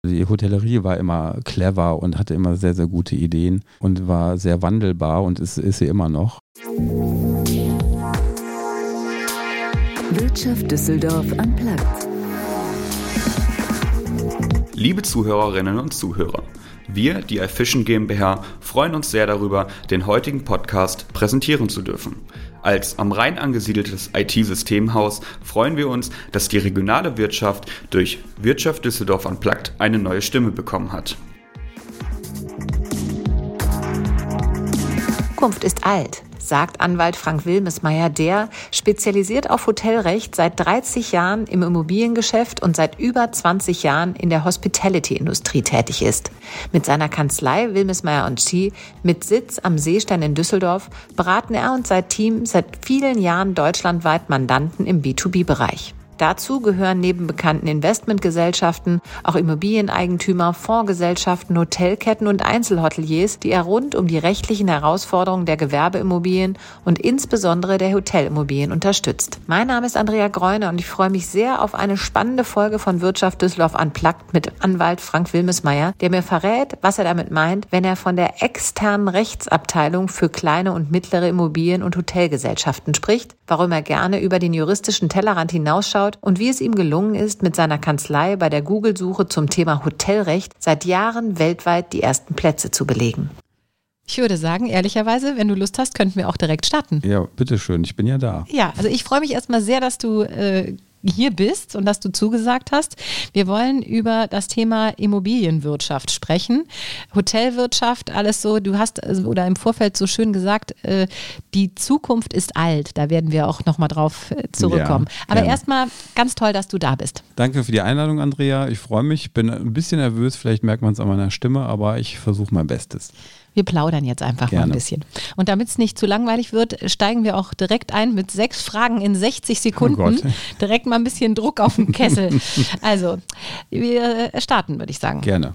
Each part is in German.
Die Hotellerie war immer clever und hatte immer sehr, sehr gute Ideen und war sehr wandelbar und ist sie immer noch. Wirtschaft Düsseldorf unplugged. Liebe Zuhörerinnen und Zuhörer, wir, die iFision GmbH, freuen uns sehr darüber, den heutigen Podcast präsentieren zu dürfen. Als am Rhein angesiedeltes IT-Systemhaus freuen wir uns, dass die regionale Wirtschaft durch Wirtschaft Düsseldorf unplugged eine neue Stimme bekommen hat. Zukunft ist alt, sagt Anwalt Frank Wilmesmeier, der, spezialisiert auf Hotelrecht, seit 30 Jahren im Immobiliengeschäft und seit über 20 Jahren in der Hospitality-Industrie tätig ist. Mit seiner Kanzlei Wilmesmeier & Cie mit Sitz am Seestern in Düsseldorf beraten er und sein Team seit vielen Jahren deutschlandweit Mandanten im B2B-Bereich. Dazu gehören neben bekannten Investmentgesellschaften auch Immobilieneigentümer, Fondsgesellschaften, Hotelketten und Einzelhoteliers, die er rund um die rechtlichen Herausforderungen der Gewerbeimmobilien und insbesondere der Hotelimmobilien unterstützt. Mein Name ist Andrea Greuner und ich freue mich sehr auf eine spannende Folge von Wirtschaft Düsseldorf unplugged mit Anwalt Frank Wilmesmeier, der mir verrät, was er damit meint, wenn er von der externen Rechtsabteilung für kleine und mittlere Immobilien- und Hotelgesellschaften spricht, warum er gerne über den juristischen Tellerrand hinausschaut und wie es ihm gelungen ist, mit seiner Kanzlei bei der Google-Suche zum Thema Hotelrecht seit Jahren weltweit die ersten Plätze zu belegen. Ich würde sagen, ehrlicherweise, wenn du Lust hast, könnten wir auch direkt starten. Ja, bitteschön, ich bin ja da. Ja, also ich freue mich erstmal sehr, dass du hier bist und dass du zugesagt hast. Wir wollen über das Thema Immobilienwirtschaft sprechen. Hotelwirtschaft, alles so, du hast oder im Vorfeld so schön gesagt, die Zukunft ist alt. Da werden wir auch nochmal drauf zurückkommen. Ja, aber erstmal ganz toll, dass du da bist. Danke für die Einladung, Andrea. Ich freue mich, bin ein bisschen nervös, vielleicht merkt man es an meiner Stimme, aber ich versuche mein Bestes. Wir plaudern jetzt einfach mal ein bisschen. Und damit es nicht zu langweilig wird, steigen wir auch direkt ein mit 6 Fragen in 60 Sekunden. Oh, direkt mal ein bisschen Druck auf den Kessel. Also, wir starten, würde ich sagen. Gerne.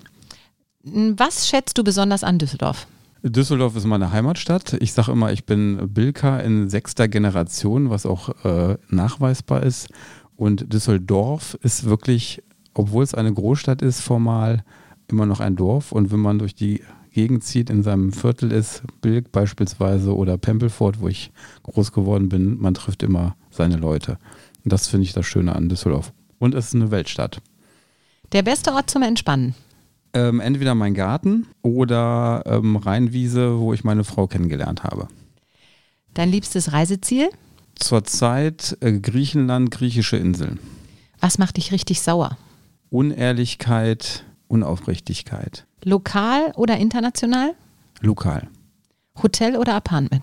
Was schätzt du besonders an Düsseldorf? Düsseldorf ist meine Heimatstadt. Ich sage immer, ich bin Bilker in 6. Generation, was auch nachweisbar ist. Und Düsseldorf ist wirklich, obwohl es eine Großstadt ist, formal immer noch ein Dorf. Und wenn man durch die Gegend zieht, in seinem Viertel ist, Bilk beispielsweise oder Pempelfort, wo ich groß geworden bin, man trifft immer seine Leute. Und das finde ich das Schöne an Düsseldorf. Und es ist eine Weltstadt. Der beste Ort zum Entspannen? Entweder mein Garten oder Rheinwiese, wo ich meine Frau kennengelernt habe. Dein liebstes Reiseziel? Zurzeit Griechenland, griechische Inseln. Was macht dich richtig sauer? Unehrlichkeit, Unaufrichtigkeit. Lokal oder international? Lokal. Hotel oder Apartment?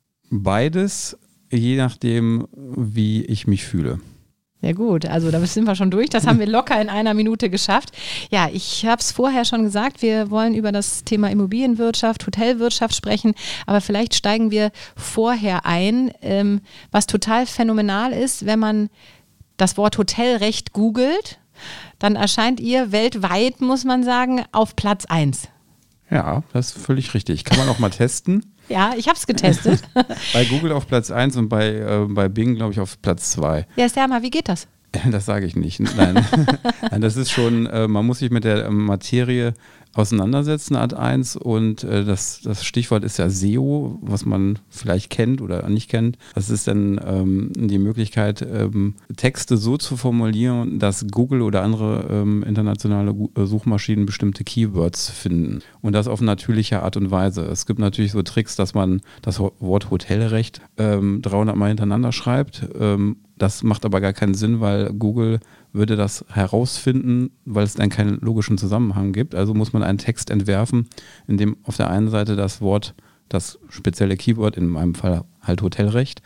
Beides, je nachdem, wie ich mich fühle. Ja gut, also da sind wir schon durch. Das haben wir locker in einer Minute geschafft. Ja, ich habe es vorher schon gesagt, wir wollen über das Thema Immobilienwirtschaft, Hotelwirtschaft sprechen, aber vielleicht steigen wir vorher ein, was total phänomenal ist, wenn man das Wort Hotelrecht googelt, dann erscheint ihr weltweit, muss man sagen, auf Platz 1. Ja, das ist völlig richtig. Kann man auch mal testen. Ja, ich habe es getestet. Bei Google auf Platz 1 und bei Bing, glaube ich, auf Platz 2. Ja, Serma, wie geht das? Das sage ich nicht. Nein. Nein, das ist schon, man muss sich mit der Materie auseinandersetzen, Art 1. Und das Stichwort ist ja SEO, was man vielleicht kennt oder nicht kennt. Das ist dann die Möglichkeit, Texte so zu formulieren, dass Google oder andere internationale Suchmaschinen bestimmte Keywords finden. Und das auf natürliche Art und Weise. Es gibt natürlich so Tricks, dass man das Wort Hotelrecht 300 Mal hintereinander schreibt. Das macht aber gar keinen Sinn, weil Google würde das herausfinden, weil es dann keinen logischen Zusammenhang gibt. Also muss man einen Text entwerfen, in dem auf der einen Seite das Wort, das spezielle Keyword, in meinem Fall halt Hotelrecht,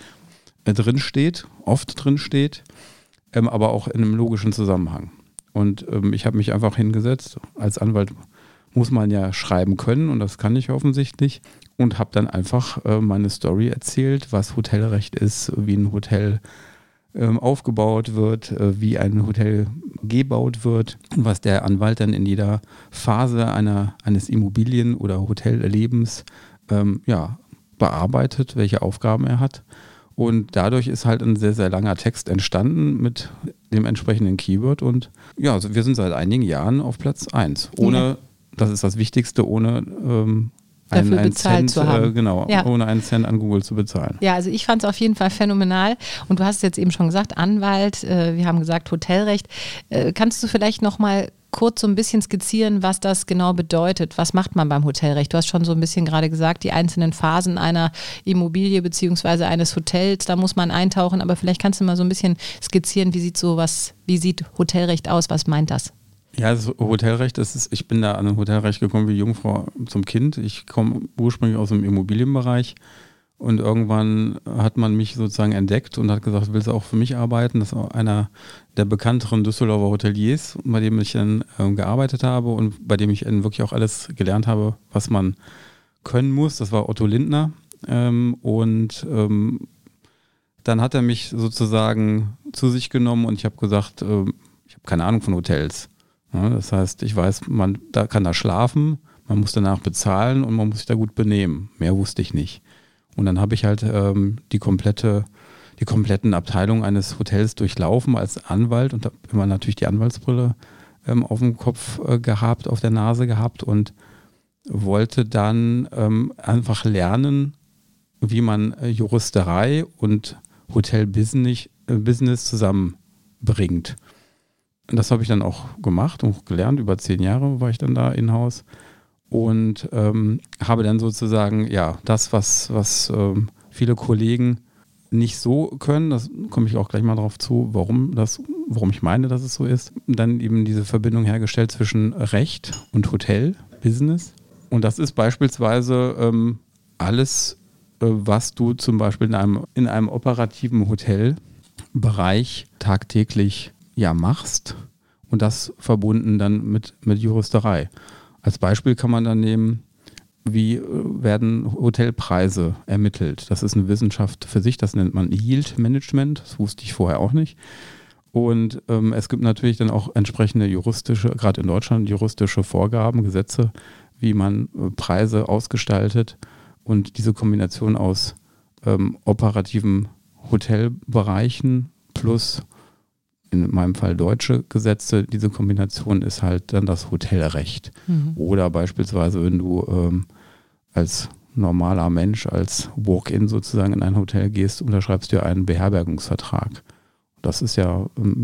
oft drin steht, aber auch in einem logischen Zusammenhang. Und ich habe mich einfach hingesetzt. Als Anwalt muss man ja schreiben können und das kann ich offensichtlich. Und habe dann einfach meine Story erzählt, was Hotelrecht ist, wie ein Hotel aufgebaut wird, wie ein Hotel gebaut wird und was der Anwalt dann in jeder Phase eines Immobilien- oder Hotellebens bearbeitet, welche Aufgaben er hat Und dadurch ist halt ein sehr, sehr langer Text entstanden mit dem entsprechenden Keyword. Und ja, also wir sind seit einigen Jahren auf Platz 1. Ohne, das ist das Wichtigste, ohne dafür bezahlt Cent, zu haben. Ohne einen Cent an Google zu bezahlen. Ja, also ich fand es auf jeden Fall phänomenal. Und du hast es jetzt eben schon gesagt, Anwalt, wir haben gesagt Hotelrecht. Kannst du vielleicht nochmal kurz so ein bisschen skizzieren, was das genau bedeutet? Was macht man beim Hotelrecht? Du hast schon so ein bisschen gerade gesagt, die einzelnen Phasen einer Immobilie bzw. eines Hotels, da muss man eintauchen. Aber vielleicht kannst du mal so ein bisschen skizzieren, wie sieht Hotelrecht aus? Was meint das? Ja, das Hotelrecht, ich bin da an ein Hotelrecht gekommen wie Jungfrau zum Kind. Ich komme ursprünglich aus dem Immobilienbereich und irgendwann hat man mich sozusagen entdeckt und hat gesagt, willst du auch für mich arbeiten? Das war einer der bekannteren Düsseldorfer Hoteliers, bei dem ich dann gearbeitet habe und bei dem ich wirklich auch alles gelernt habe, was man können muss. Das war Otto Lindner dann hat er mich sozusagen zu sich genommen und ich habe gesagt, ich habe keine Ahnung von Hotels. Ja, das heißt, ich weiß, man kann da schlafen, man muss danach bezahlen und man muss sich da gut benehmen. Mehr wusste ich nicht. Und dann habe ich halt die kompletten Abteilungen eines Hotels durchlaufen als Anwalt und habe immer natürlich die Anwaltsbrille auf dem Kopf gehabt, auf der Nase gehabt und wollte dann einfach lernen, wie man Juristerei und Hotelbusiness zusammenbringt. Und das habe ich dann auch gemacht und gelernt. Über 10 Jahre war ich dann da in-house und habe dann sozusagen, ja, das, was viele Kollegen nicht so können, das komme ich auch gleich mal drauf zu, warum ich meine, dass es so ist, dann eben diese Verbindung hergestellt zwischen Recht und Hotelbusiness. Und das ist beispielsweise alles, was du zum Beispiel in einem operativen Hotelbereich tagtäglich machst und das verbunden dann mit Juristerei. Als Beispiel kann man dann nehmen, wie werden Hotelpreise ermittelt. Das ist eine Wissenschaft für sich, das nennt man Yield Management, das wusste ich vorher auch nicht. Und es gibt natürlich dann auch entsprechende gerade in Deutschland, juristische Vorgaben, Gesetze, wie man Preise ausgestaltet und diese Kombination aus operativen Hotelbereichen plus in meinem Fall deutsche Gesetze, diese Kombination ist halt dann das Hotelrecht. Mhm. Oder beispielsweise, wenn du als normaler Mensch, als Walk-in sozusagen in ein Hotel gehst, unterschreibst du einen Beherbergungsvertrag. Das ist ja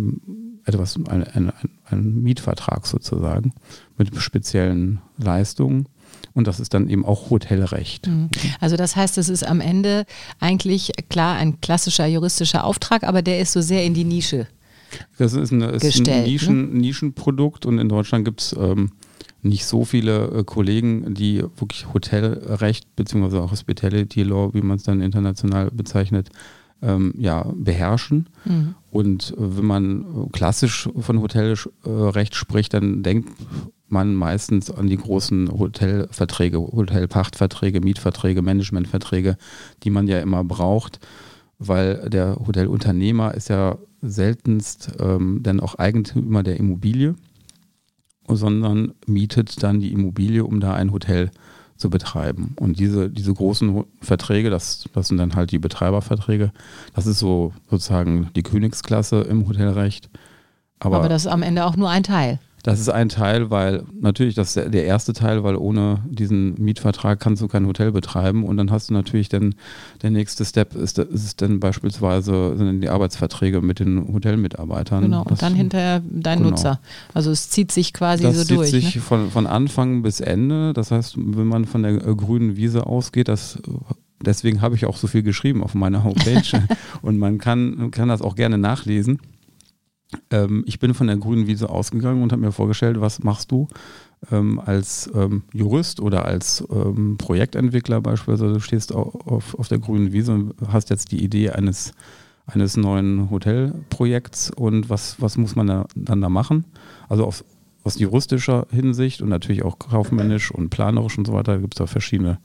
ein Mietvertrag sozusagen mit speziellen Leistungen. Und das ist dann eben auch Hotelrecht. Also das heißt, es ist am Ende eigentlich klar ein klassischer juristischer Auftrag, aber der ist so sehr in die Nische. Das ist ein Nischenprodukt und in Deutschland gibt es nicht so viele Kollegen, die wirklich Hotelrecht bzw. auch Hospitality Law, wie man es dann international bezeichnet, beherrschen. Mhm. Und wenn man klassisch von Hotelrecht spricht, dann denkt man meistens an die großen Hotelverträge, Hotelpachtverträge, Mietverträge, Managementverträge, die man ja immer braucht, weil der Hotelunternehmer ist ja seltenst dann auch Eigentümer der Immobilie, sondern mietet dann die Immobilie, um da ein Hotel zu betreiben. Und diese großen Verträge, das sind dann halt die Betreiberverträge, das ist so sozusagen die Königsklasse im Hotelrecht. Aber das ist am Ende auch nur ein Teil. Das ist ein Teil, weil natürlich das ist der erste Teil, weil ohne diesen Mietvertrag kannst du kein Hotel betreiben und dann hast du natürlich dann, der nächste Step ist dann beispielsweise sind die Arbeitsverträge mit den Hotelmitarbeitern. Genau, und dann hinterher dein Nutzer. Also es zieht sich quasi so durch. Das zieht sich von Anfang bis Ende. Das heißt, wenn man von der grünen Wiese ausgeht, deswegen habe ich auch so viel geschrieben auf meiner Homepage und man kann das auch gerne nachlesen. Ich bin von der grünen Wiese ausgegangen und habe mir vorgestellt, was machst du als Jurist oder als Projektentwickler beispielsweise. Du stehst auf der grünen Wiese und hast jetzt die Idee eines neuen Hotelprojekts und was muss man dann da machen? Also aus juristischer Hinsicht und natürlich auch kaufmännisch und planerisch und so weiter gibt es da verschiedene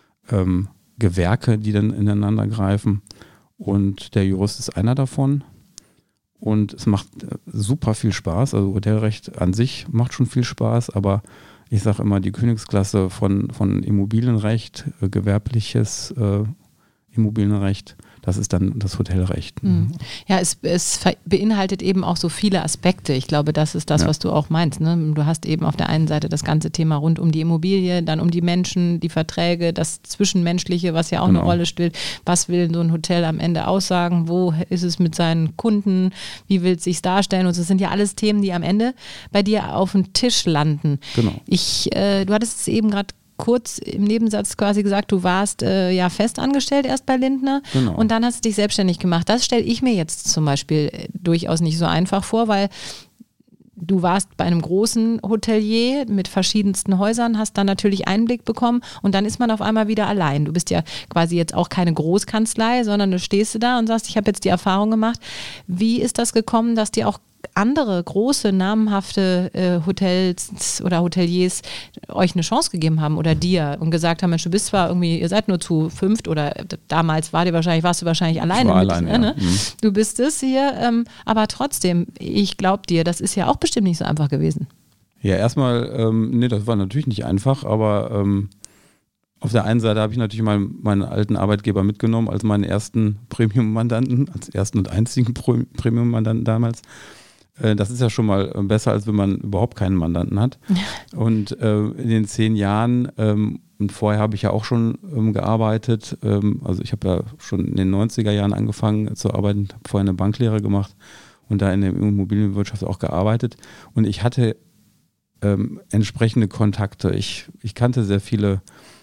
Gewerke, die dann ineinander greifen und der Jurist ist einer davon. Und es macht super viel Spaß. Also Hotelrecht an sich macht schon viel Spaß, aber ich sage immer, die Königsklasse von Immobilienrecht, gewerbliches Immobilienrecht, das ist dann das Hotelrecht. Ja, es beinhaltet eben auch so viele Aspekte. Ich glaube, das ist das, was du auch meinst. Ne? Du hast eben auf der einen Seite das ganze Thema rund um die Immobilie, dann um die Menschen, die Verträge, das Zwischenmenschliche, was ja auch eine Rolle spielt. Was will so ein Hotel am Ende aussagen? Wo ist es mit seinen Kunden? Wie will es sich darstellen? Und das sind ja alles Themen, die am Ende bei dir auf dem Tisch landen. Genau. Du hattest es eben gerade kurz im Nebensatz quasi gesagt, du warst fest angestellt erst bei Lindner und dann hast du dich selbstständig gemacht. Das stelle ich mir jetzt zum Beispiel durchaus nicht so einfach vor, weil du warst bei einem großen Hotelier mit verschiedensten Häusern, hast dann natürlich Einblick bekommen und dann ist man auf einmal wieder allein. Du bist ja quasi jetzt auch keine Großkanzlei, sondern du stehst da und sagst, ich habe jetzt die Erfahrung gemacht. Wie ist das gekommen, dass dir auch andere große, namhafte Hotels oder Hoteliers euch eine Chance gegeben haben oder dir und gesagt haben, Mensch, du bist zwar irgendwie, ihr seid nur zu 5 oder damals warst du wahrscheinlich alleine. Ne? Du bist es hier, aber trotzdem, ich glaube dir, das ist ja auch bestimmt nicht so einfach gewesen. Ja, erstmal, das war natürlich nicht einfach, aber auf der einen Seite habe ich natürlich meinen alten Arbeitgeber mitgenommen als meinen ersten Premium-Mandanten, als ersten und einzigen Premium-Mandanten damals. Das ist ja schon mal besser, als wenn man überhaupt keinen Mandanten hat. Und in den 10 Jahren, und vorher habe ich ja auch schon gearbeitet, also ich habe ja schon in den 90er Jahren angefangen zu arbeiten, habe vorher eine Banklehre gemacht und da in der Immobilienwirtschaft auch gearbeitet. Und ich hatte entsprechende Kontakte. Ich kannte sehr viele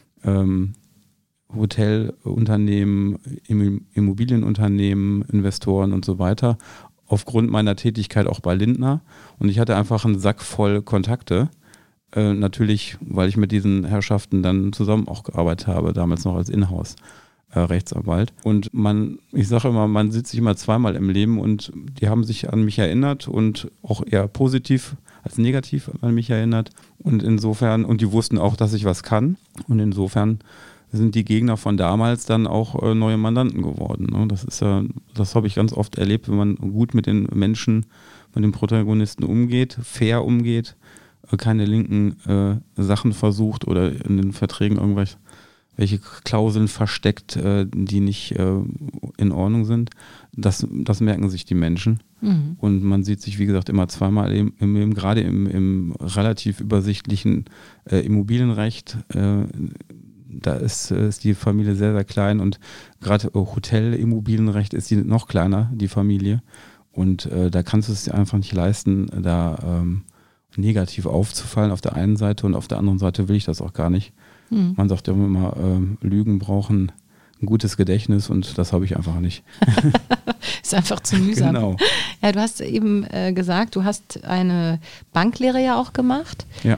Hotelunternehmen, Immobilienunternehmen, Investoren und so weiter, aufgrund meiner Tätigkeit auch bei Lindner. Und ich hatte einfach einen Sack voll Kontakte. Natürlich, weil ich mit diesen Herrschaften dann zusammen auch gearbeitet habe, damals noch als Inhouse-Rechtsanwalt. Und ich sage immer, man sitzt sich immer zweimal im Leben und die haben sich an mich erinnert und auch eher positiv als negativ an mich erinnert. Und insofern, und die wussten auch, dass ich was kann. Und insofern sind die Gegner von damals dann auch neue Mandanten geworden. Ne? Das habe ich ganz oft erlebt, wenn man gut mit den Menschen, mit den Protagonisten umgeht, fair umgeht, keine linken Sachen versucht oder in den Verträgen welche Klauseln versteckt, die nicht in Ordnung sind. Das merken sich die Menschen. Mhm. Und man sieht sich, wie gesagt, immer zweimal gerade im relativ übersichtlichen Immobilienrecht. Da ist die Familie sehr, sehr klein und gerade Hotel-Immobilienrecht ist die noch kleiner, die Familie. Und da kannst du es dir einfach nicht leisten, da negativ aufzufallen auf der einen Seite und auf der anderen Seite will ich das auch gar nicht. Mhm. Man sagt ja immer, Lügen brauchen ein gutes Gedächtnis und das habe ich einfach nicht. Ist einfach zu mühsam. Genau. Ja, du hast eben gesagt, du hast eine Banklehre ja auch gemacht. Ja.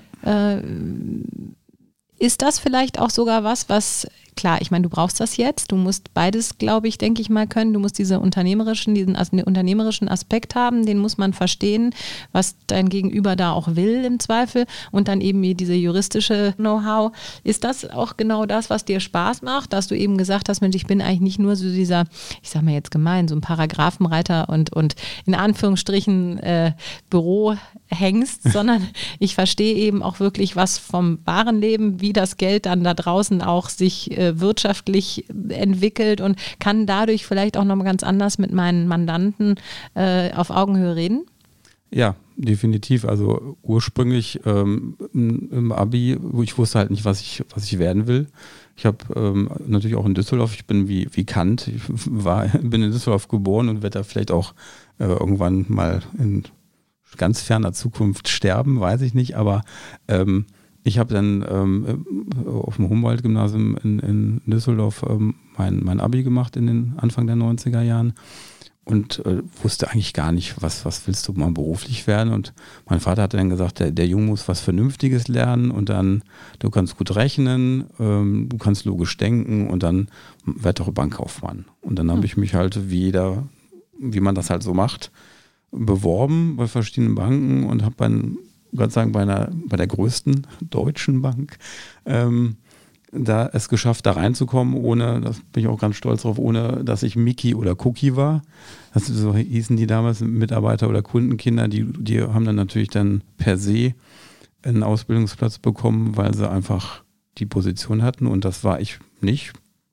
Ist das vielleicht auch sogar was, klar, ich meine, du brauchst das jetzt, du musst beides, glaube ich, denke ich mal können, du musst diesen unternehmerischen Aspekt haben, den muss man verstehen, was dein Gegenüber da auch will im Zweifel und dann eben diese juristische Know-how. Ist das auch genau das, was dir Spaß macht, dass du eben gesagt hast, Mensch, ich bin eigentlich nicht nur so dieser, ich sag mal jetzt gemein, so ein Paragraphenreiter und in Anführungsstrichen Bürohengst, sondern ich verstehe eben auch wirklich was vom wahren Leben, wie das Geld dann da draußen auch sich wirtschaftlich entwickelt und kann dadurch vielleicht auch noch mal ganz anders mit meinen Mandanten auf Augenhöhe reden? Ja, definitiv. Also ursprünglich im Abi, wo ich wusste halt nicht, was ich werden will. Ich habe natürlich auch in Düsseldorf, ich bin wie Kant, bin in Düsseldorf geboren und werde da vielleicht auch irgendwann mal in ganz ferner Zukunft sterben, weiß ich nicht, aber ich habe dann auf dem Humboldt-Gymnasium in Düsseldorf mein Abi gemacht in den Anfang der 90er Jahren und wusste eigentlich gar nicht, was willst du mal beruflich werden. Und mein Vater hat dann gesagt, der Junge muss was Vernünftiges lernen und dann, du kannst gut rechnen, du kannst logisch denken und dann werd doch Bankkaufmann. Und dann habe ich mich halt wie man das halt so macht, beworben bei verschiedenen Banken und habe Gott sei Dank bei der größten deutschen Bank da es geschafft, da reinzukommen, das bin ich auch ganz stolz drauf, ohne dass ich Mickey oder Cookie war. So hießen die damals Mitarbeiter oder Kundenkinder, die haben dann natürlich dann per se einen Ausbildungsplatz bekommen, weil sie einfach die Position hatten und das war ich nicht.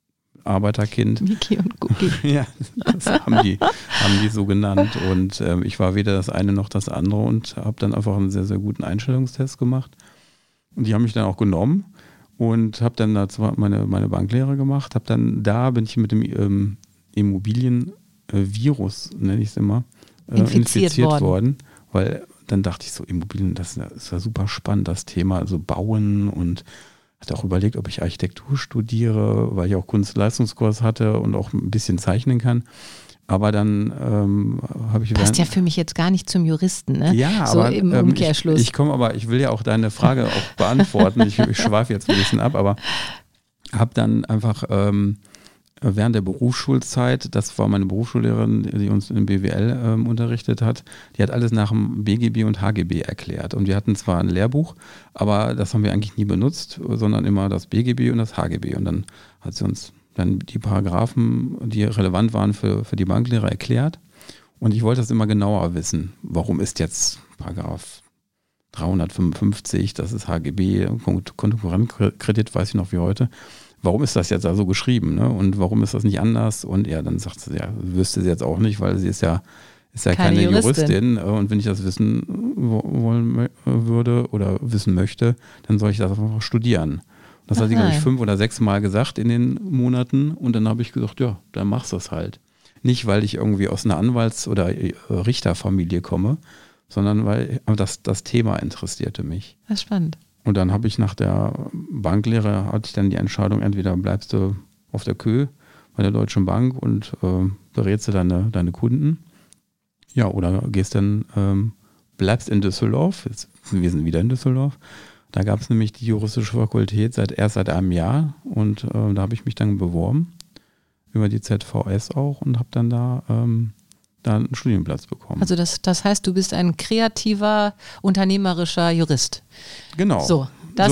Arbeiterkind. Miki und Guki. Ja, das haben die so genannt. Und ich war weder das eine noch das andere und habe dann einfach einen sehr, sehr guten Einstellungstest gemacht. Und die haben mich dann auch genommen und habe dann dazu meine Banklehre gemacht. Bin ich mit dem Immobilienvirus, nenne ich es immer, infiziert worden. Weil dann dachte ich so, Immobilien, das ist ja super spannend, das Thema, also Bauen, und hatte auch überlegt, ob ich Architektur studiere, weil ich auch Kunstleistungskurs hatte und auch ein bisschen zeichnen kann. Aber dann habe ich... Passt ja für mich jetzt gar nicht zum Juristen, ne? Ja, so aber im Umkehrschluss. Ich will ja auch deine Frage auch beantworten. Ich schweife jetzt ein bisschen ab, aber habe dann einfach während der Berufsschulzeit, das war meine Berufsschullehrerin, die uns in BWL unterrichtet hat, die hat alles nach dem BGB und HGB erklärt. Und wir hatten zwar ein Lehrbuch, aber das haben wir eigentlich nie benutzt, sondern immer das BGB und das HGB. Und dann hat sie uns dann die Paragraphen, die relevant waren für die Banklehre, erklärt. Und ich wollte das immer genauer wissen. Warum ist jetzt Paragraph 355, das ist HGB, Kontokorrentkredit, weiß ich noch wie heute. Warum ist das jetzt da so geschrieben, ne? Und warum ist das nicht anders? Und ja, dann sagt sie, ja, wüsste sie jetzt auch nicht, weil sie ist ja keine Juristin. Und wenn ich das wissen wollen würde oder wissen möchte, dann soll ich das einfach studieren. Das hat sie, glaube ich, 5 oder 6 Mal gesagt in den Monaten. Und dann habe ich gesagt, ja, dann machst du das halt. Nicht, weil ich irgendwie aus einer Anwalts- oder Richterfamilie komme, sondern weil das Thema interessierte mich. Das ist spannend. Und dann habe ich nach der Banklehre, hatte ich dann die Entscheidung, entweder bleibst du auf der Kö bei der Deutschen Bank und berätst du deine Kunden, ja, oder bleibst in Düsseldorf, wir sind wieder in Düsseldorf, da gab es nämlich die juristische Fakultät erst seit einem Jahr, und da habe ich mich dann beworben, über die ZVS auch, und habe dann da einen Studienplatz bekommen. Also das heißt, du bist ein kreativer, unternehmerischer Jurist. Genau. So,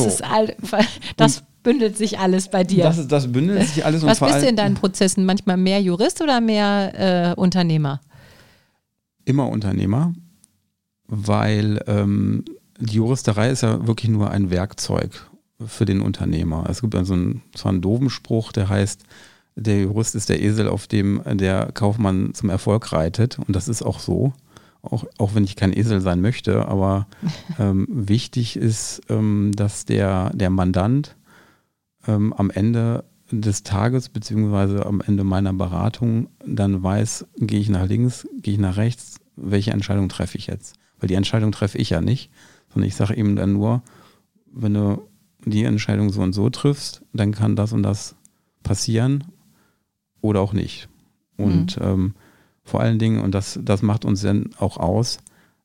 das bündelt sich alles bei dir. Das bündelt sich alles. Was bist du in deinen Prozessen? Manchmal mehr Jurist oder mehr Unternehmer? Immer Unternehmer, weil die Juristerei ist ja wirklich nur ein Werkzeug für den Unternehmer. Es gibt also zwar einen doofen Spruch, der heißt, der Jurist ist der Esel, auf dem der Kaufmann zum Erfolg reitet. Und das ist auch so, auch wenn ich kein Esel sein möchte. Aber wichtig ist, dass der Mandant am Ende des Tages beziehungsweise am Ende meiner Beratung dann weiß, gehe ich nach links, gehe ich nach rechts, welche Entscheidung treffe ich jetzt? Weil die Entscheidung treffe ich ja nicht, sondern ich sage ihm dann nur, wenn du die Entscheidung so und so triffst, dann kann das und das passieren oder auch nicht. Und vor allen Dingen, und das macht uns dann auch aus,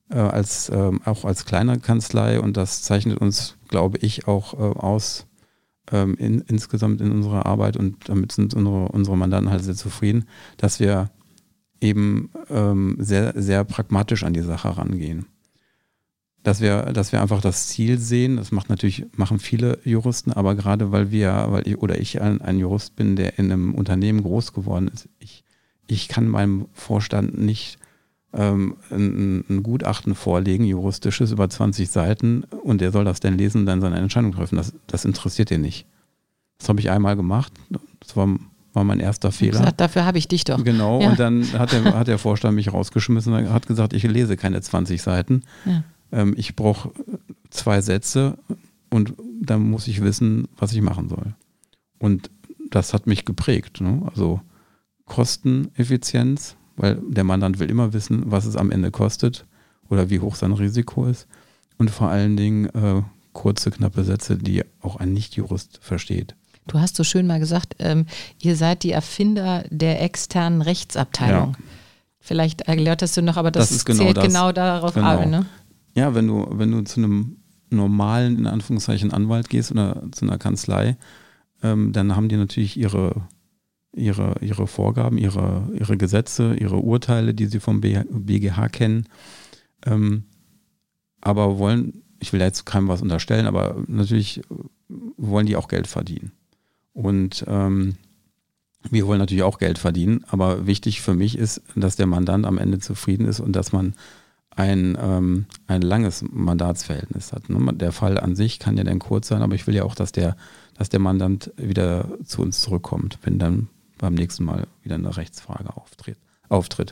auch als kleine Kanzlei, und das zeichnet uns, glaube ich, auch aus insgesamt in unserer Arbeit, und damit sind unsere Mandanten halt sehr zufrieden, dass wir eben sehr, sehr pragmatisch an die Sache rangehen. Dass wir einfach das Ziel sehen, das machen viele Juristen, aber gerade weil ich ein Jurist bin, der in einem Unternehmen groß geworden ist, ich kann meinem Vorstand nicht ein Gutachten vorlegen, juristisches, über 20 Seiten, und der soll das dann lesen und dann seine Entscheidung treffen. Das interessiert den nicht. Das habe ich einmal gemacht, das war mein erster Fehler. Gesagt, dafür habe ich dich doch. Genau, ja. Und dann hat der Vorstand mich rausgeschmissen und hat gesagt, ich lese keine 20 Seiten. Ja. Ich brauche 2 Sätze und dann muss ich wissen, was ich machen soll. Und das hat mich geprägt. Ne? Also Kosteneffizienz, weil der Mandant will immer wissen, was es am Ende kostet oder wie hoch sein Risiko ist. Und vor allen Dingen kurze, knappe Sätze, die auch ein Nicht-Jurist versteht. Du hast so schön mal gesagt, ihr seid die Erfinder der externen Rechtsabteilung. Ja. Vielleicht erläuterst du noch, aber das zählt genau darauf an, ne? Ja, wenn du zu einem normalen, in Anführungszeichen, Anwalt gehst oder zu einer Kanzlei, dann haben die natürlich ihre Vorgaben, ihre Gesetze, ihre Urteile, die sie vom BGH kennen, aber ich will jetzt keinem was unterstellen, aber natürlich wollen die auch Geld verdienen. Und wir wollen natürlich auch Geld verdienen, aber wichtig für mich ist, dass der Mandant am Ende zufrieden ist und dass man ein langes Mandatsverhältnis hat. Ne? Der Fall an sich kann ja dann kurz sein, aber ich will ja auch, dass der Mandant wieder zu uns zurückkommt, wenn dann beim nächsten Mal wieder eine Rechtsfrage auftritt.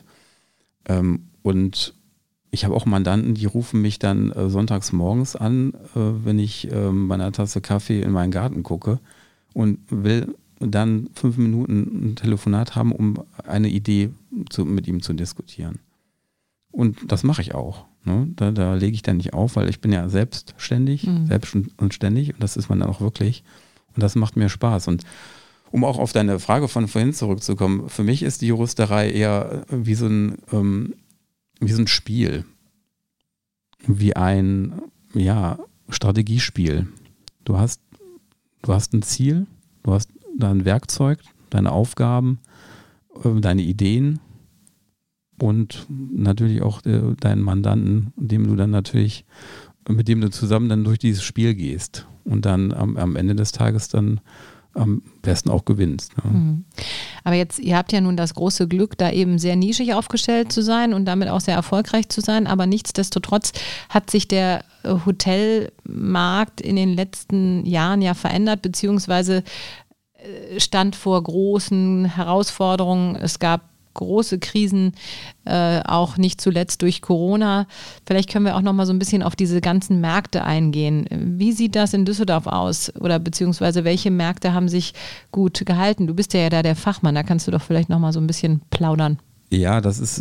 Und ich habe auch Mandanten, die rufen mich dann sonntags morgens an, wenn ich bei einer Tasse Kaffee in meinen Garten gucke und will dann 5 Minuten ein Telefonat haben, um eine Idee mit ihm zu diskutieren. Und das mache ich auch. Ne? Da lege ich dann nicht auf, weil ich bin ja selbstständig und ständig und das ist man dann auch wirklich. Und das macht mir Spaß. Und um auch auf deine Frage von vorhin zurückzukommen, für mich ist die Juristerei eher wie so ein Spiel, wie ein Strategiespiel. Du hast ein Ziel, du hast dein Werkzeug, deine Aufgaben, deine Ideen und natürlich auch deinen Mandanten, mit dem du zusammen dann durch dieses Spiel gehst und dann am Ende des Tages dann am besten auch gewinnst. Ne? Aber jetzt, ihr habt ja nun das große Glück, da eben sehr nischig aufgestellt zu sein und damit auch sehr erfolgreich zu sein, aber nichtsdestotrotz hat sich der Hotelmarkt in den letzten Jahren ja verändert, beziehungsweise stand vor großen Herausforderungen. Es gab große Krisen, auch nicht zuletzt durch Corona. Vielleicht können wir auch noch mal so ein bisschen auf diese ganzen Märkte eingehen. Wie sieht das in Düsseldorf aus? Oder beziehungsweise welche Märkte haben sich gut gehalten? Du bist ja da der Fachmann, da kannst du doch vielleicht noch mal so ein bisschen plaudern. Ja, das ist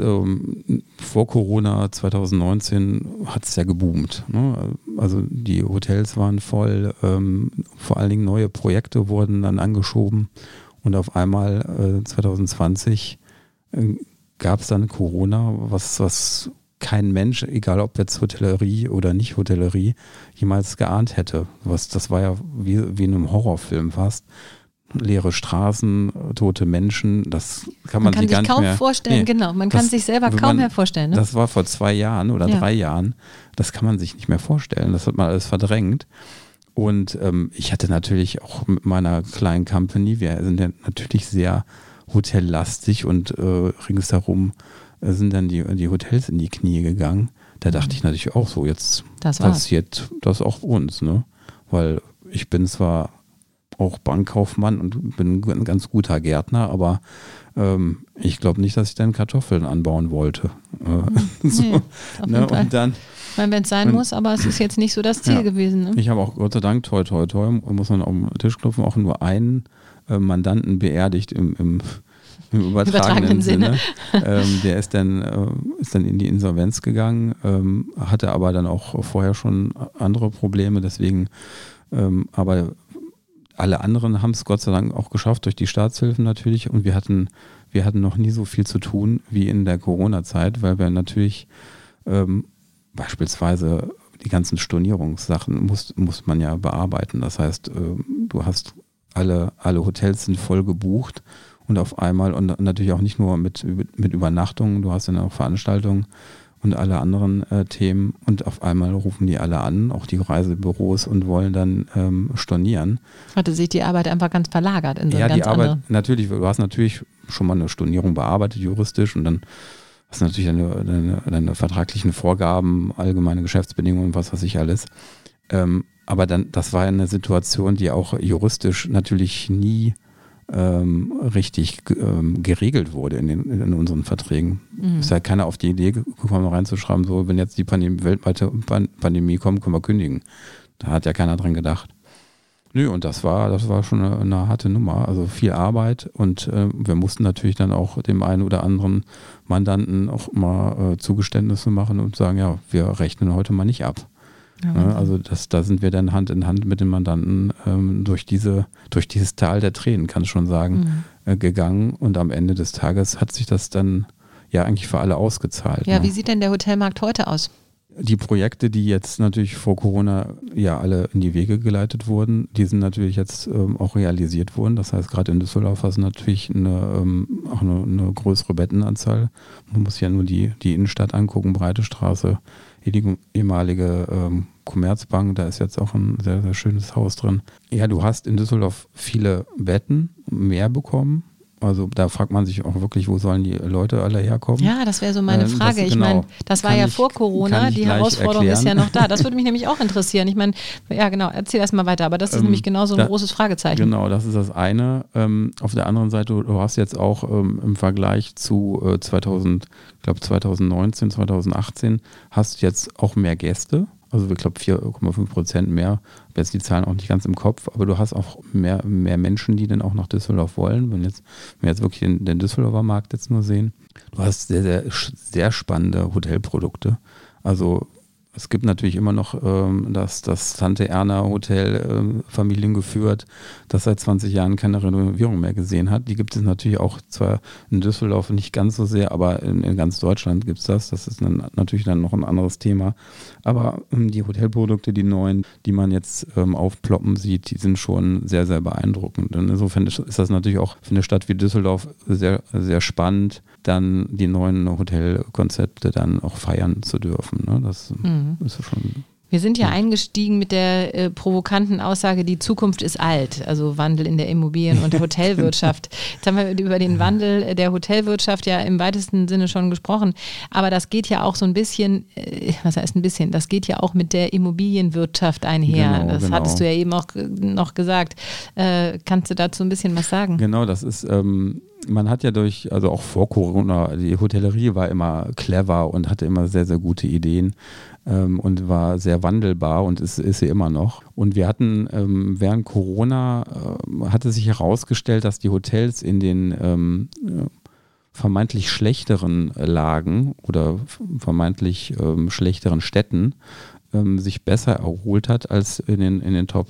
vor Corona 2019 hat es ja geboomt. Ne? Also die Hotels waren voll, vor allen Dingen neue Projekte wurden dann angeschoben und auf einmal 2020 gab es dann Corona, was kein Mensch, egal ob jetzt Hotellerie oder nicht Hotellerie, jemals geahnt hätte. Das war ja wie in einem Horrorfilm fast. Leere Straßen, tote Menschen, das kann man sich gar nicht mehr vorstellen. Nee, genau, man kann sich selber kaum mehr vorstellen. Ne? Das war vor 2 Jahren oder 3 Jahren, das kann man sich nicht mehr vorstellen, das hat man alles verdrängt. Und ich hatte natürlich auch mit meiner kleinen Company, wir sind ja natürlich sehr hotellastig und ringsherum sind dann die Hotels in die Knie gegangen. Da dachte ich natürlich auch so, jetzt passiert das auch uns, ne? Weil ich bin zwar auch Bankkaufmann und bin ein ganz guter Gärtner, aber ich glaube nicht, dass ich dann Kartoffeln anbauen wollte. Nee, und dann, wenn es sein muss, aber es ist jetzt nicht so das Ziel gewesen. Ne? Ich habe auch Gott sei Dank, toi, muss man auf den Tisch klopfen, auch nur einen Mandanten beerdigt im übertragenen Sinne. Der ist dann in die Insolvenz gegangen, hatte aber dann auch vorher schon andere Probleme, deswegen aber alle anderen haben es Gott sei Dank auch geschafft, durch die Staatshilfen natürlich. Und wir hatten noch nie so viel zu tun wie in der Corona-Zeit, weil wir natürlich beispielsweise die ganzen Stornierungssachen muss man ja bearbeiten. Das heißt, du hast alle Hotels sind voll gebucht und auf einmal, und natürlich auch nicht nur mit Übernachtungen, du hast dann auch Veranstaltungen und alle anderen Themen und auf einmal rufen die alle an, auch die Reisebüros und wollen dann stornieren. Hatte sich die Arbeit einfach ganz verlagert in so eine ganz die Arbeit andere. Natürlich, du hast natürlich schon mal eine Stornierung bearbeitet juristisch und dann hast du natürlich deine vertraglichen Vorgaben, allgemeine Geschäftsbedingungen, was weiß ich alles. Aber dann, das war eine Situation, die auch juristisch natürlich nie richtig geregelt wurde in unseren Verträgen. Ist ja keiner auf die Idee gekommen, reinzuschreiben, so, wenn jetzt die weltweite Pandemie kommt, können wir kündigen. Da hat ja keiner dran gedacht. Nö, und das war schon eine harte Nummer, also viel Arbeit und wir mussten natürlich dann auch dem einen oder anderen Mandanten auch mal Zugeständnisse machen und sagen, ja, wir rechnen heute mal nicht ab. Ja, also da sind wir dann Hand in Hand mit den Mandanten durch dieses Tal der Tränen, kann ich schon sagen, gegangen und am Ende des Tages hat sich das dann ja eigentlich für alle ausgezahlt. Ja, wie sieht denn der Hotelmarkt heute aus? Die Projekte, die jetzt natürlich vor Corona ja alle in die Wege geleitet wurden, die sind natürlich jetzt auch realisiert worden. Das heißt, gerade in Düsseldorf hast du natürlich auch eine größere Bettenanzahl. Man muss ja nur die Innenstadt angucken, Breite Straße, die ehemalige Commerzbank, da ist jetzt auch ein sehr, sehr schönes Haus drin. Ja, du hast in Düsseldorf viele Betten mehr bekommen, Also da fragt man sich auch wirklich, wo sollen die Leute alle herkommen? Ja, das wäre so meine Frage. Ich meine, das war ja vor Corona, die Herausforderung ist ja noch da. Das würde mich nämlich auch interessieren. Ich meine, ja genau, erzähl erst mal weiter, aber das ist nämlich genau so ein großes Fragezeichen. Genau, das ist das eine. Auf der anderen Seite, du hast jetzt auch im Vergleich zu 2019, 2018, hast jetzt auch mehr Gäste. Also ich glaube 4,5% mehr, ich habe jetzt die Zahlen auch nicht ganz im Kopf, aber du hast auch mehr Menschen, die dann auch nach Düsseldorf wollen, wenn wir jetzt wirklich den Düsseldorfer Markt jetzt nur sehen. Du hast sehr, sehr, sehr spannende Hotelprodukte. Also es gibt natürlich immer noch das Tante Erna Hotel, familiengeführt, das seit 20 Jahren keine Renovierung mehr gesehen hat. Die gibt es natürlich auch zwar in Düsseldorf nicht ganz so sehr, aber in ganz Deutschland gibt es das. Das ist natürlich dann noch ein anderes Thema. Aber die Hotelprodukte, die neuen, die man jetzt aufploppen sieht, die sind schon sehr, sehr beeindruckend. Und insofern ist das natürlich auch für eine Stadt wie Düsseldorf sehr, sehr spannend, dann die neuen Hotelkonzepte dann auch feiern zu dürfen. Ne? Das ist schon. Wir sind ja eingestiegen mit der provokanten Aussage, die Zukunft ist alt, also Wandel in der Immobilien- und Hotelwirtschaft. Jetzt haben wir über den Wandel der Hotelwirtschaft ja im weitesten Sinne schon gesprochen, aber das geht ja auch so ein bisschen, was heißt ein bisschen, das geht ja auch mit der Immobilienwirtschaft einher. Genau, das hattest du ja eben auch noch gesagt. Kannst du dazu ein bisschen was sagen? Genau, das ist, man hat ja also auch vor Corona, die Hotellerie war immer clever und hatte immer sehr, sehr gute Ideen. Und war sehr wandelbar und ist sie immer noch. Und wir hatten während Corona, hatte sich herausgestellt, dass die Hotels in den vermeintlich schlechteren Lagen oder vermeintlich schlechteren Städten sich besser erholt hat als in den Top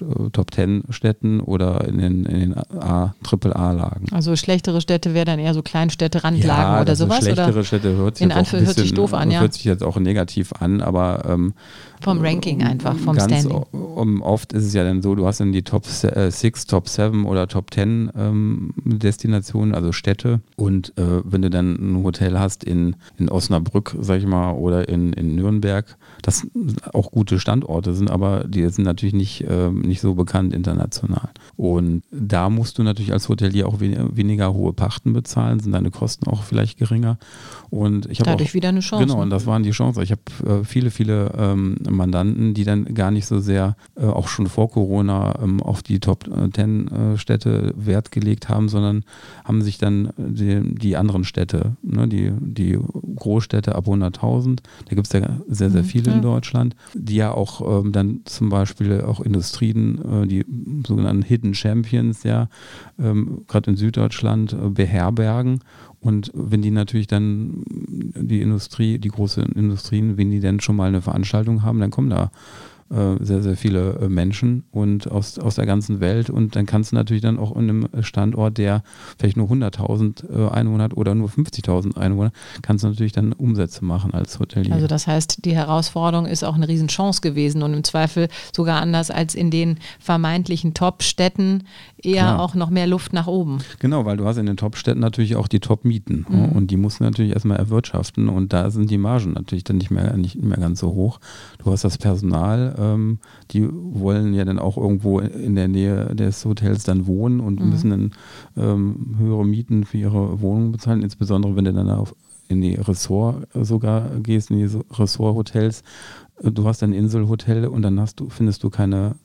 10 Städten oder in den AAA-Lagen. Also schlechtere Städte wäre dann eher so Kleinstädte, Randlagen oder sowas? Schlechtere oder? Städte hört sich doof an, ja. Hört sich jetzt auch negativ an, aber vom Ranking einfach, vom Standing. Oft ist es ja dann so, du hast dann die Top 6, Top 7 oder Top 10 Destinationen, also Städte. Und wenn du dann ein Hotel hast in Osnabrück, sag ich mal, oder in Nürnberg, das auch gute Standorte sind, aber die sind natürlich nicht so bekannt international. Und da musst du natürlich als Hotelier auch weniger hohe Pachten bezahlen, sind deine Kosten auch vielleicht geringer. Und ich habe dadurch wieder eine Chance. Genau, und das waren die Chancen. Ich habe viele Mandanten, die dann gar nicht so sehr auch schon vor Corona auf die Top 10 Städte Wert gelegt haben, sondern haben sich dann die anderen Städte, ne, die Großstädte ab 100.000, da gibt es ja sehr, sehr viele in Deutschland, die ja auch dann zum Beispiel auch Industrien, die sogenannten Hidden Champions, ja, gerade in Süddeutschland beherbergen. Und wenn die natürlich dann die großen Industrien, wenn die dann schon mal eine Veranstaltung haben, dann kommen da sehr, sehr viele Menschen und aus der ganzen Welt, und dann kannst du natürlich dann auch in einem Standort, der vielleicht nur 100.000 Einwohner hat oder nur 50.000 Einwohner, kannst du natürlich dann Umsätze machen als Hotelier. Also das heißt, die Herausforderung ist auch eine Riesenchance gewesen und im Zweifel sogar anders als in den vermeintlichen Top-Städten eher auch noch mehr Luft nach oben. Genau, weil du hast in den Top-Städten natürlich auch die Top-Mieten und die musst du natürlich erstmal erwirtschaften, und da sind die Margen natürlich dann nicht mehr ganz so hoch. Du hast das Personal, die wollen ja dann auch irgendwo in der Nähe des Hotels dann wohnen und müssen dann höhere Mieten für ihre Wohnung bezahlen, insbesondere wenn du dann in die Ressort sogar gehst, in die Ressorthotels. Du hast ein Inselhotel und dann findest du keine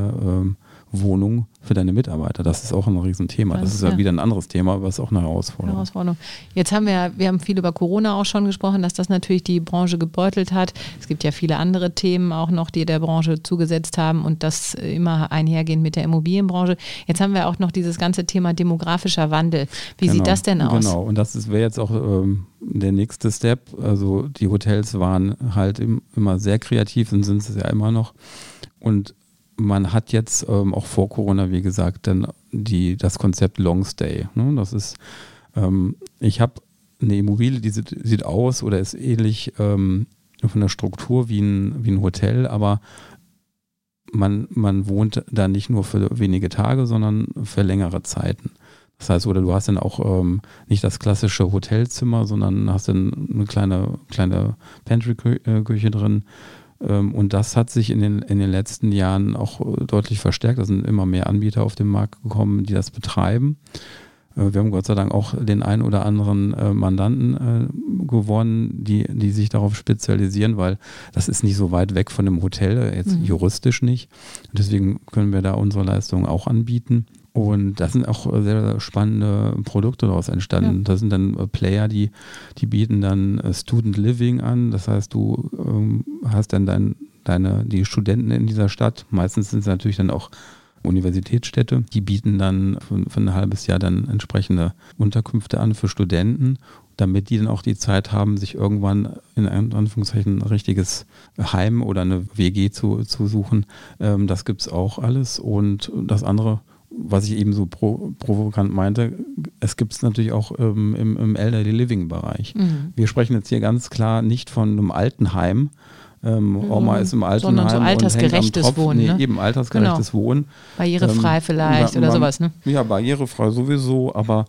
Wohnung für deine Mitarbeiter. Das ist auch ein Riesenthema. Das ist ja wieder ein anderes Thema, aber es ist auch eine Herausforderung. Jetzt haben wir haben viel über Corona auch schon gesprochen, dass das natürlich die Branche gebeutelt hat. Es gibt ja viele andere Themen auch noch, die der Branche zugesetzt haben und das immer einhergehend mit der Immobilienbranche. Jetzt haben wir auch noch dieses ganze Thema demografischer Wandel. Wie sieht das denn aus? Genau, und das wäre jetzt auch der nächste Step. Also die Hotels waren halt immer sehr kreativ und sind es ja immer noch. Und man hat jetzt auch vor Corona, wie gesagt, dann das Konzept Long Stay. Ne? Das ist, ich habe eine Immobilie, die sieht aus oder ist ähnlich von der Struktur wie ein Hotel, aber man wohnt da nicht nur für wenige Tage, sondern für längere Zeiten. Das heißt, oder du hast dann auch nicht das klassische Hotelzimmer, sondern hast dann eine kleine Pantry-Küche drin. Und das hat sich in den letzten Jahren auch deutlich verstärkt. Da sind immer mehr Anbieter auf den Markt gekommen, die das betreiben. Wir haben Gott sei Dank auch den einen oder anderen Mandanten gewonnen, die sich darauf spezialisieren, weil das ist nicht so weit weg von dem Hotel, jetzt juristisch nicht. Deswegen können wir da unsere Leistungen auch anbieten. Und da sind auch sehr, sehr spannende Produkte daraus entstanden. Ja. Das sind dann Player, die bieten dann Student Living an. Das heißt, du hast dann die Studenten in dieser Stadt. Meistens sind es natürlich dann auch Universitätsstädte, die bieten dann für ein halbes Jahr dann entsprechende Unterkünfte an für Studenten, damit die dann auch die Zeit haben, sich irgendwann in Anführungszeichen ein richtiges Heim oder eine WG zu suchen. Das gibt es auch alles. Und das andere, was ich eben so provokant meinte, es gibt es natürlich auch im Elderly Living Bereich. Wir sprechen jetzt hier ganz klar nicht von einem Altenheim. Oma ist im Altenheim, sondern so altersgerechtes Wohnen. Nee, eben altersgerechtes Wohnen. Barrierefrei vielleicht oder sowas, ne? Ja, barrierefrei sowieso, aber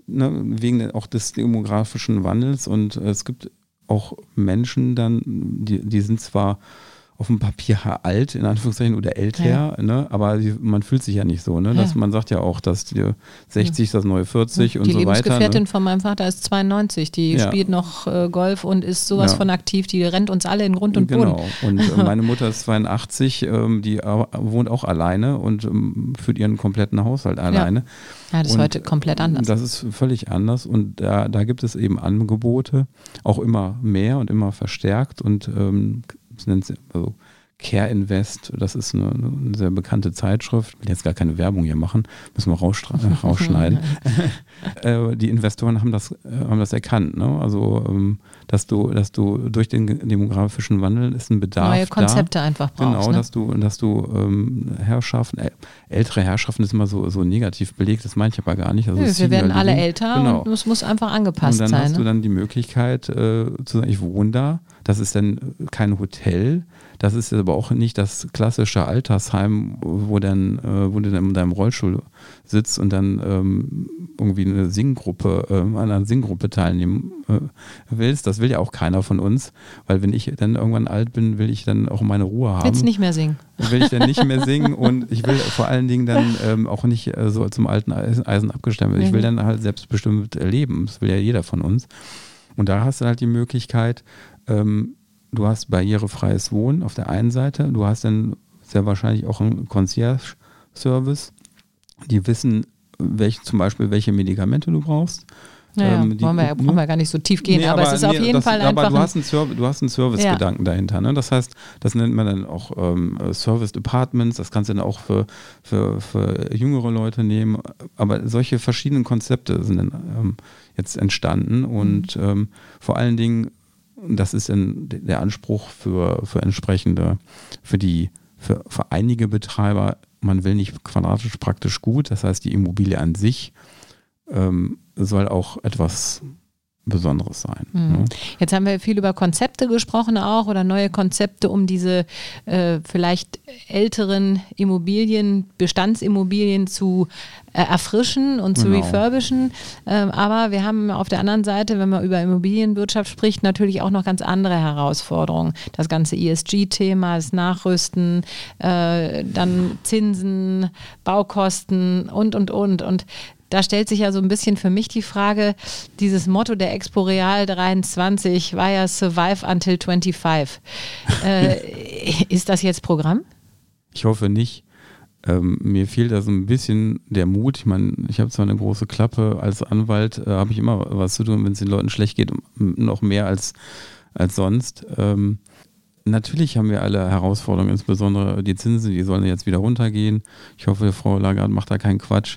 wegen auch des demografischen Wandels, und es gibt auch Menschen dann, die sind zwar auf dem Papier alt, in Anführungszeichen, oder älter, ne? Aber man fühlt sich ja nicht so. Ne? Dass man sagt ja auch, dass die 60 ist das neue 40 und so weiter. Die Lebensgefährtin von meinem Vater ist 92, die spielt noch Golf und ist sowas von aktiv, die rennt uns alle in Grund und Boden. Genau, und meine Mutter ist 82, die wohnt auch alleine und führt ihren kompletten Haushalt alleine. Ja, das ist heute komplett anders. Das ist völlig anders, und da gibt es eben Angebote, auch immer mehr und immer verstärkt, und also Care Invest, das ist eine sehr bekannte Zeitschrift. Ich will jetzt gar keine Werbung hier machen, müssen wir rausschneiden. Die Investoren haben das erkannt, ne? Also dass du durch den demografischen Wandel ist ein Bedarf neue Konzepte da. Einfach brauchst. Genau, dass du Herrschaften, ältere Herrschaften ist immer so negativ belegt, das meine ich aber gar nicht. Also wir werden alle älter, und es muss einfach angepasst sein. Und dann hast du dann die Möglichkeit zu sagen, ich wohne da. Das ist dann kein Hotel, das ist aber auch nicht das klassische Altersheim, wo du dann in deinem Rollstuhl sitzt und dann irgendwie an einer Singgruppe teilnehmen willst. Das will ja auch keiner von uns, weil wenn ich dann irgendwann alt bin, will ich dann auch meine Ruhe haben. Willst nicht mehr singen? Will ich dann nicht mehr singen, und ich will vor allen Dingen dann auch nicht so zum alten Eisen abgestimmt werden. Ich will dann halt selbstbestimmt leben. Das will ja jeder von uns. Und da hast du halt die Möglichkeit, du hast barrierefreies Wohnen auf der einen Seite, du hast dann sehr wahrscheinlich auch einen Concierge-Service, die wissen zum Beispiel, welche Medikamente du brauchst. Ja, brauchen wir gar nicht so tief gehen, aber es ist auf jeden Fall einfach. Aber du hast einen Service-Gedanken dahinter. Ne? Das heißt, das nennt man dann auch Service Departments, das kannst du dann auch für jüngere Leute nehmen. Aber solche verschiedenen Konzepte sind dann jetzt entstanden, und vor allen Dingen, das ist dann der Anspruch für einige Betreiber, man will nicht quadratisch praktisch gut, das heißt, die Immobilie an sich soll auch etwas Besonderes sein. Ne? Jetzt haben wir viel über Konzepte gesprochen auch, oder neue Konzepte, um diese vielleicht älteren Bestandsimmobilien zu erfrischen und zu refurbischen. Aber wir haben auf der anderen Seite, wenn man über Immobilienwirtschaft spricht, natürlich auch noch ganz andere Herausforderungen. Das ganze ESG-Thema, das Nachrüsten, dann Zinsen, Baukosten und. Und da stellt sich ja so ein bisschen für mich die Frage, dieses Motto der Expo Real 23 war ja Survive until 25. Ist das jetzt Programm? Ich hoffe nicht. Mir fehlt da so ein bisschen der Mut. Ich meine, ich habe zwar eine große Klappe, als Anwalt habe ich immer was zu tun, wenn es den Leuten schlecht geht, noch mehr als sonst. Natürlich haben wir alle Herausforderungen, insbesondere die Zinsen, die sollen jetzt wieder runtergehen. Ich hoffe, Frau Lagarde macht da keinen Quatsch.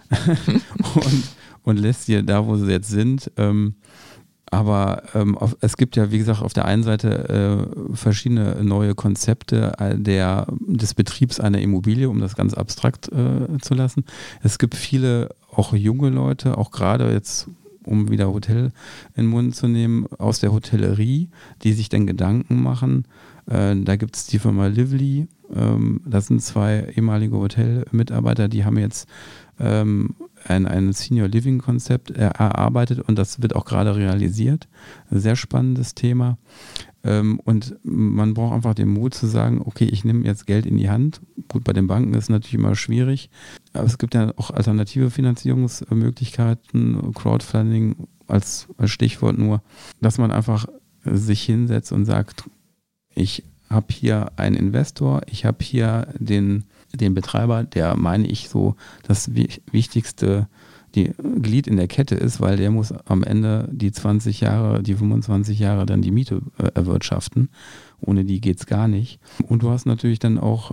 und lässt sie da, wo sie jetzt sind. Aber es gibt ja, wie gesagt, auf der einen Seite verschiedene neue Konzepte des Betriebs einer Immobilie, um das ganz abstrakt zu lassen. Es gibt viele, auch junge Leute, auch gerade jetzt, um wieder Hotel in den Mund zu nehmen, aus der Hotellerie, die sich dann Gedanken machen. Da gibt es die Firma Lively, das sind 2 ehemalige Hotelmitarbeiter, die haben jetzt ein Senior Living Konzept erarbeitet, und das wird auch gerade realisiert. Ein sehr spannendes Thema. Und man braucht einfach den Mut zu sagen, okay, ich nehme jetzt Geld in die Hand, Gut, bei den Banken ist es natürlich immer schwierig, aber es gibt ja auch alternative Finanzierungsmöglichkeiten, Crowdfunding als Stichwort nur, dass man einfach sich hinsetzt und sagt, ich habe hier einen Investor, ich habe hier den Betreiber, der, meine ich, so das wichtigste Glied in der Kette ist, weil der muss am Ende die 20 Jahre, die 25 Jahre dann die Miete erwirtschaften. Ohne die geht's gar nicht. Und du hast natürlich dann auch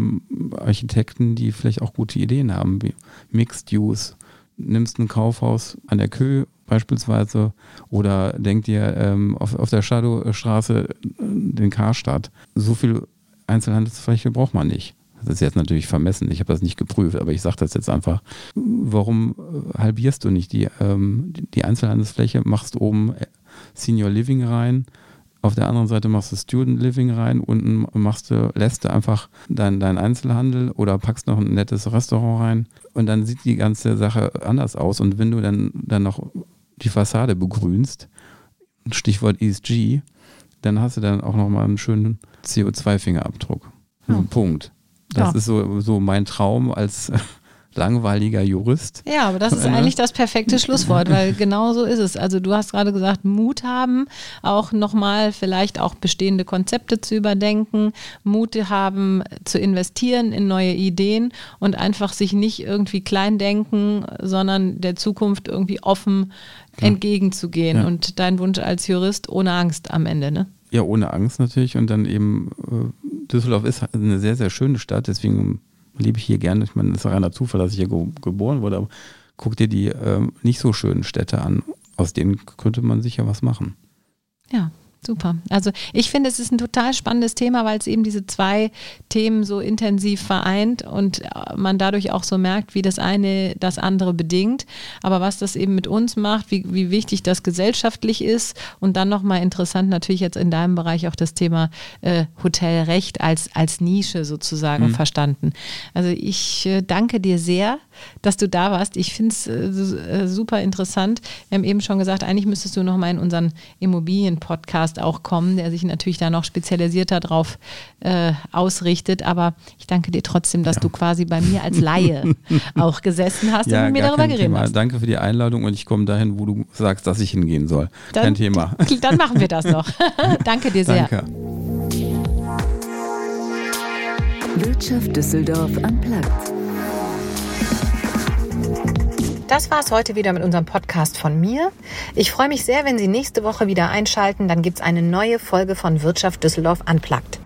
Architekten, die vielleicht auch gute Ideen haben, wie Mixed Use. Nimmst ein Kaufhaus an der Kö beispielsweise oder denk dir auf der Shadowstraße den Karstadt. So viel Einzelhandelsfläche braucht man nicht. Das ist jetzt natürlich vermessen, ich habe das nicht geprüft, aber ich sage das jetzt einfach. Warum halbierst du nicht die Einzelhandelsfläche, machst oben Senior Living rein, auf der anderen Seite machst du Student Living rein, unten lässt du einfach deinen Einzelhandel oder packst noch ein nettes Restaurant rein und dann sieht die ganze Sache anders aus. Und wenn du dann noch die Fassade begrünst, Stichwort ESG, dann hast du dann auch nochmal einen schönen CO2-Fingerabdruck. Ja. Punkt. Das ist so mein Traum als langweiliger Jurist. Ja, aber das ist eigentlich das perfekte Schlusswort, weil genau so ist es. Also du hast gerade gesagt, Mut haben, auch nochmal vielleicht auch bestehende Konzepte zu überdenken, Mut haben zu investieren in neue Ideen und einfach sich nicht irgendwie klein denken, sondern der Zukunft irgendwie offen entgegenzugehen. Ja. Und dein Wunsch als Jurist ohne Angst am Ende, ne? Ja, ohne Angst natürlich. Und dann eben, Düsseldorf ist eine sehr, sehr schöne Stadt, deswegen lebe ich hier gerne. Ich meine, es ist ein reiner Zufall, dass ich hier geboren wurde, aber guck dir die nicht so schönen Städte an. Aus denen könnte man sicher was machen. Ja, super. Also ich finde, es ist ein total spannendes Thema, weil es eben diese zwei Themen so intensiv vereint und man dadurch auch so merkt, wie das eine das andere bedingt. Aber was das eben mit uns macht, wie wichtig das gesellschaftlich ist und dann nochmal interessant natürlich jetzt in deinem Bereich auch das Thema Hotelrecht als Nische sozusagen verstanden. Also ich danke dir sehr, dass du da warst. Ich finde es super interessant. Wir haben eben schon gesagt, eigentlich müsstest du nochmal in unseren Immobilien-Podcast auch kommen, der sich natürlich da noch spezialisierter drauf ausrichtet. Aber ich danke dir trotzdem, dass du quasi bei mir als Laie auch gesessen hast und mit mir darüber geredet hast. Danke für die Einladung und ich komme dahin, wo du sagst, dass ich hingehen soll. Kein Thema. Dann machen wir das noch. Danke dir sehr. Danke. Wirtschaft Düsseldorf unplugged. Das war es heute wieder mit unserem Podcast von mir. Ich freue mich sehr, wenn Sie nächste Woche wieder einschalten. Dann gibt es eine neue Folge von Wirtschaft Düsseldorf unplugged.